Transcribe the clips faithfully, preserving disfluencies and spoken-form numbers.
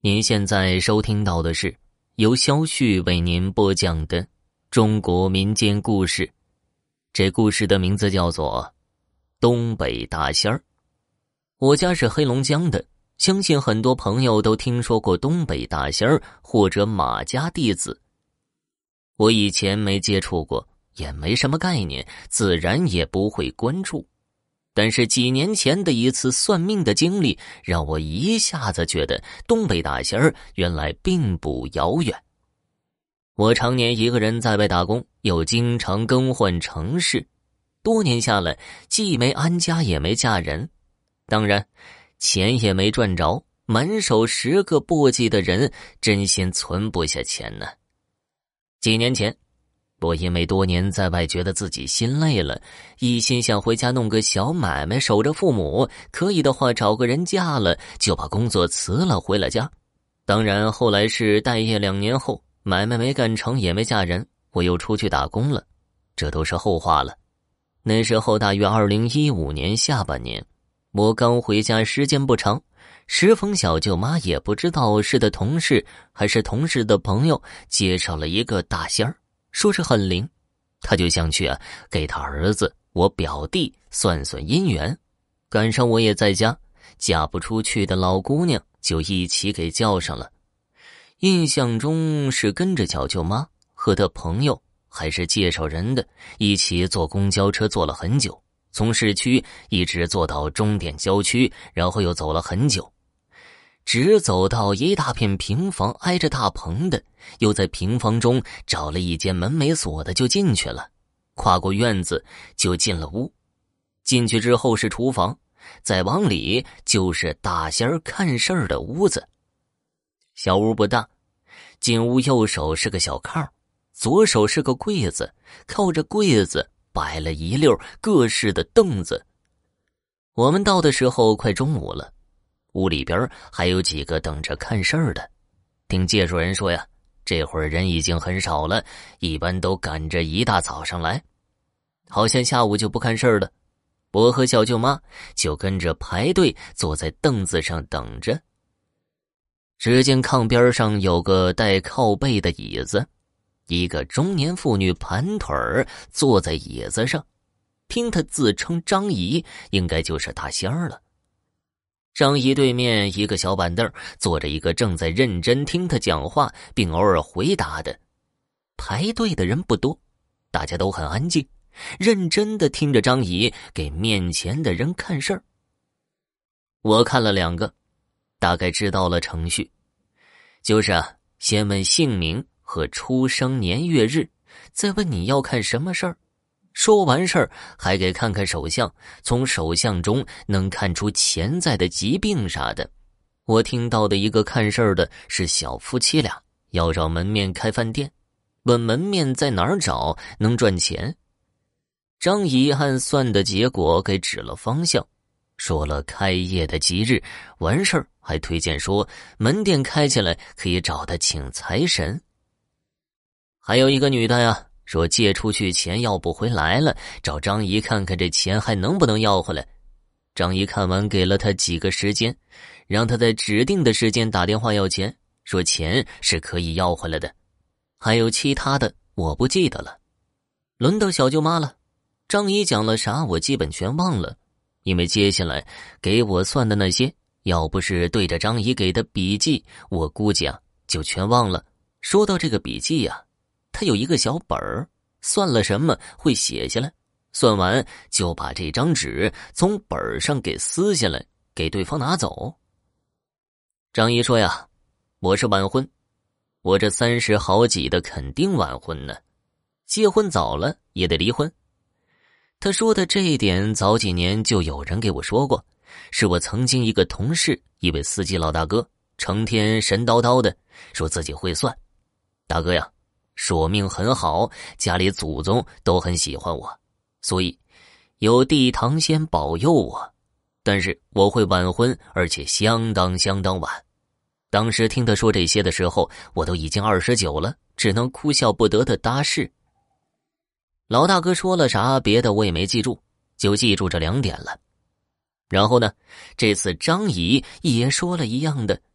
您现在收听到的是由肖旭为您播讲的中国民间故事，这故事的名字叫做东北大仙儿。我家是黑龙江的，相信很多朋友都听说过东北大仙儿或者马家弟子。我以前没接触过，也没什么概念，自然也不会关注。但是几年前的一次算命的经历，让我一下子觉得东北大仙儿原来并不遥远。我常年一个人在外打工，又经常更换城市，多年下来，既没安家也没嫁人，当然钱也没赚着，满手十个簸箕的人真心存不下钱呢。几年前，我因为多年在外觉得自己心累了，一心想回家弄个小买卖守着父母，可以的话找个人嫁了，就把工作辞了回了家。当然后来是待业两年后，买卖没干成也没嫁人，我又出去打工了，这都是后话了。那时候大约二零一五年下半年，我刚回家时间不长，时逢小舅妈也不知道是的同事还是同事的朋友介绍了一个大仙儿，说是很灵，他就想去啊给他儿子我表弟算算姻缘。赶上我也在家，嫁不出去的老姑娘就一起给叫上了。印象中是跟着小舅妈和他朋友还是介绍人的，一起坐公交车坐了很久，从市区一直坐到终点郊区，然后又走了很久，直走到一大片平房挨着大棚的，又在平房中找了一间门没锁的就进去了，跨过院子就进了屋。进去之后是厨房，再往里就是大仙儿看事儿的屋子。小屋不大，进屋右手是个小炕，左手是个柜子，靠着柜子摆了一溜各式的凳子。我们到的时候快中午了，屋里边还有几个等着看事儿的。听介绍人说呀，这会儿人已经很少了，一般都赶着一大早上来，好像下午就不看事儿了。我和小舅妈就跟着排队坐在凳子上等着。只见炕边上有个带靠背的椅子，一个中年妇女盘腿儿坐在椅子上，听她自称张姨，应该就是大仙儿了。张姨对面一个小板凳坐着一个正在认真听她讲话并偶尔回答的。排队的人不多，大家都很安静，认真地听着张姨给面前的人看事儿。我看了两个，大概知道了程序，就是啊，先问姓名和出生年月日，再问你要看什么事儿。说完事儿还给看看手相，从手相中能看出潜在的疾病啥的。我听到的一个看事儿的是小夫妻俩要找门面开饭店，问门面在哪儿找能赚钱。张姨按算的结果给指了方向，说了开业的吉日，完事儿还推荐说门店开起来可以找他请财神。还有一个女的呀，说借出去钱要不回来了，找张姨看看这钱还能不能要回来。张姨看完给了他几个时间，让他在指定的时间打电话要钱，说钱是可以要回来的。还有其他的我不记得了。轮到小舅妈了，张姨讲了啥我基本全忘了，因为接下来给我算的那些，要不是对着张姨给的笔记，我估计啊就全忘了。说到这个笔记啊，他有一个小本儿，算了什么会写下来，算完就把这张纸从本上给撕下来给对方拿走。张姨说呀，我是晚婚，我这三十好几的肯定晚婚呢，结婚早了也得离婚。他说的这一点早几年就有人给我说过，是我曾经一个同事，一位司机老大哥，成天神叨叨的说自己会算。大哥呀，是我命很好，家里祖宗都很喜欢我，所以有地堂仙保佑我，但是我会晚婚，而且相当相当晚。当时听他说这些的时候，我都已经二十九了，只能哭笑不得的答是。老大哥说了啥别的我也没记住，就记住这两点了。然后呢，这次张姨也说了一样的，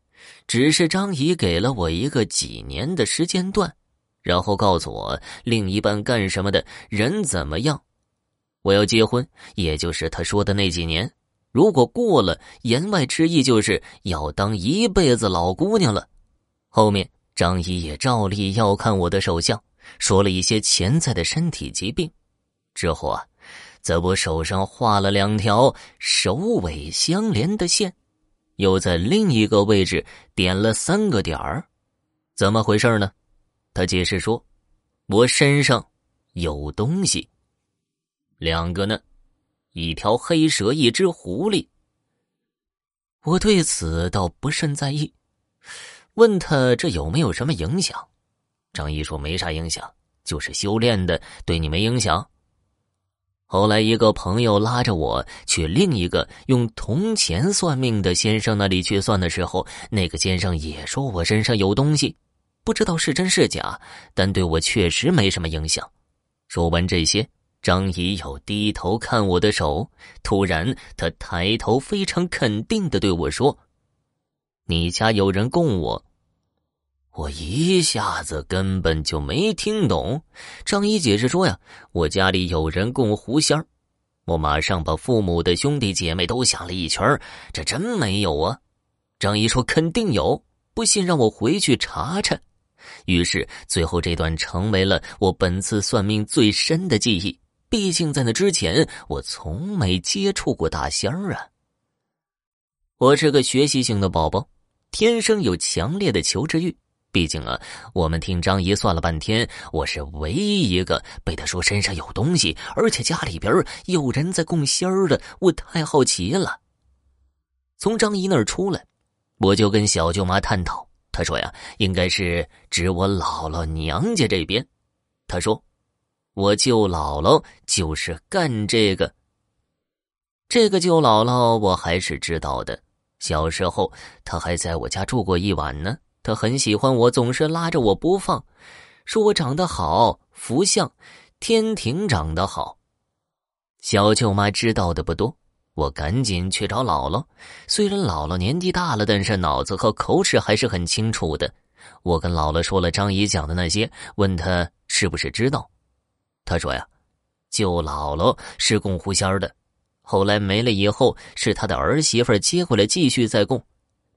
只是张姨给了我一个几年的时间段，然后告诉我另一半干什么的，人怎么样，我要结婚，也就是他说的那几年。如果过了，言外之意就是要当一辈子老姑娘了。后面张姨也照例要看我的手相，说了一些潜在的身体疾病。之后啊，在我手上画了两条首尾相连的线，又在另一个位置点了三个点儿。怎么回事呢？他解释说，我身上有东西。两个呢，一条黑蛇，一只狐狸。我对此倒不甚在意，问他这有没有什么影响。张姨说没啥影响，就是修炼的，对你没影响。后来一个朋友拉着我去另一个用铜钱算命的先生那里去算的时候，那个先生也说我身上有东西，不知道是真是假，但对我确实没什么影响。说完这些，张姨又低头看我的手，突然她抬头非常肯定地对我说，你家有人供我。我一下子根本就没听懂。张姨解释说呀，我家里有人供狐仙儿。我马上把父母的兄弟姐妹都想了一圈，这真没有啊。张姨说肯定有，不信让我回去查查。于是最后这段成为了我本次算命最深的记忆，毕竟在那之前我从没接触过大仙儿啊。我是个学习型的宝宝，天生有强烈的求知欲。毕竟啊，我们听张姨算了半天，我是唯一一个被她说身上有东西，而且家里边有人在供仙儿的，我太好奇了。从张姨那儿出来，我就跟小舅妈探讨，她说呀，应该是指我姥姥娘家这边。她说，我舅姥姥就是干这个。这个舅姥姥我还是知道的，小时候她还在我家住过一晚呢。他很喜欢我，总是拉着我不放，说我长得好，福相，天庭长得好。小舅妈知道的不多，我赶紧去找姥姥。虽然姥姥年纪大了，但是脑子和口齿还是很清楚的。我跟姥姥说了张姨讲的那些，问她是不是知道。她说呀，舅姥姥是供狐仙的，后来没了以后，是她的儿媳妇接过来继续再供。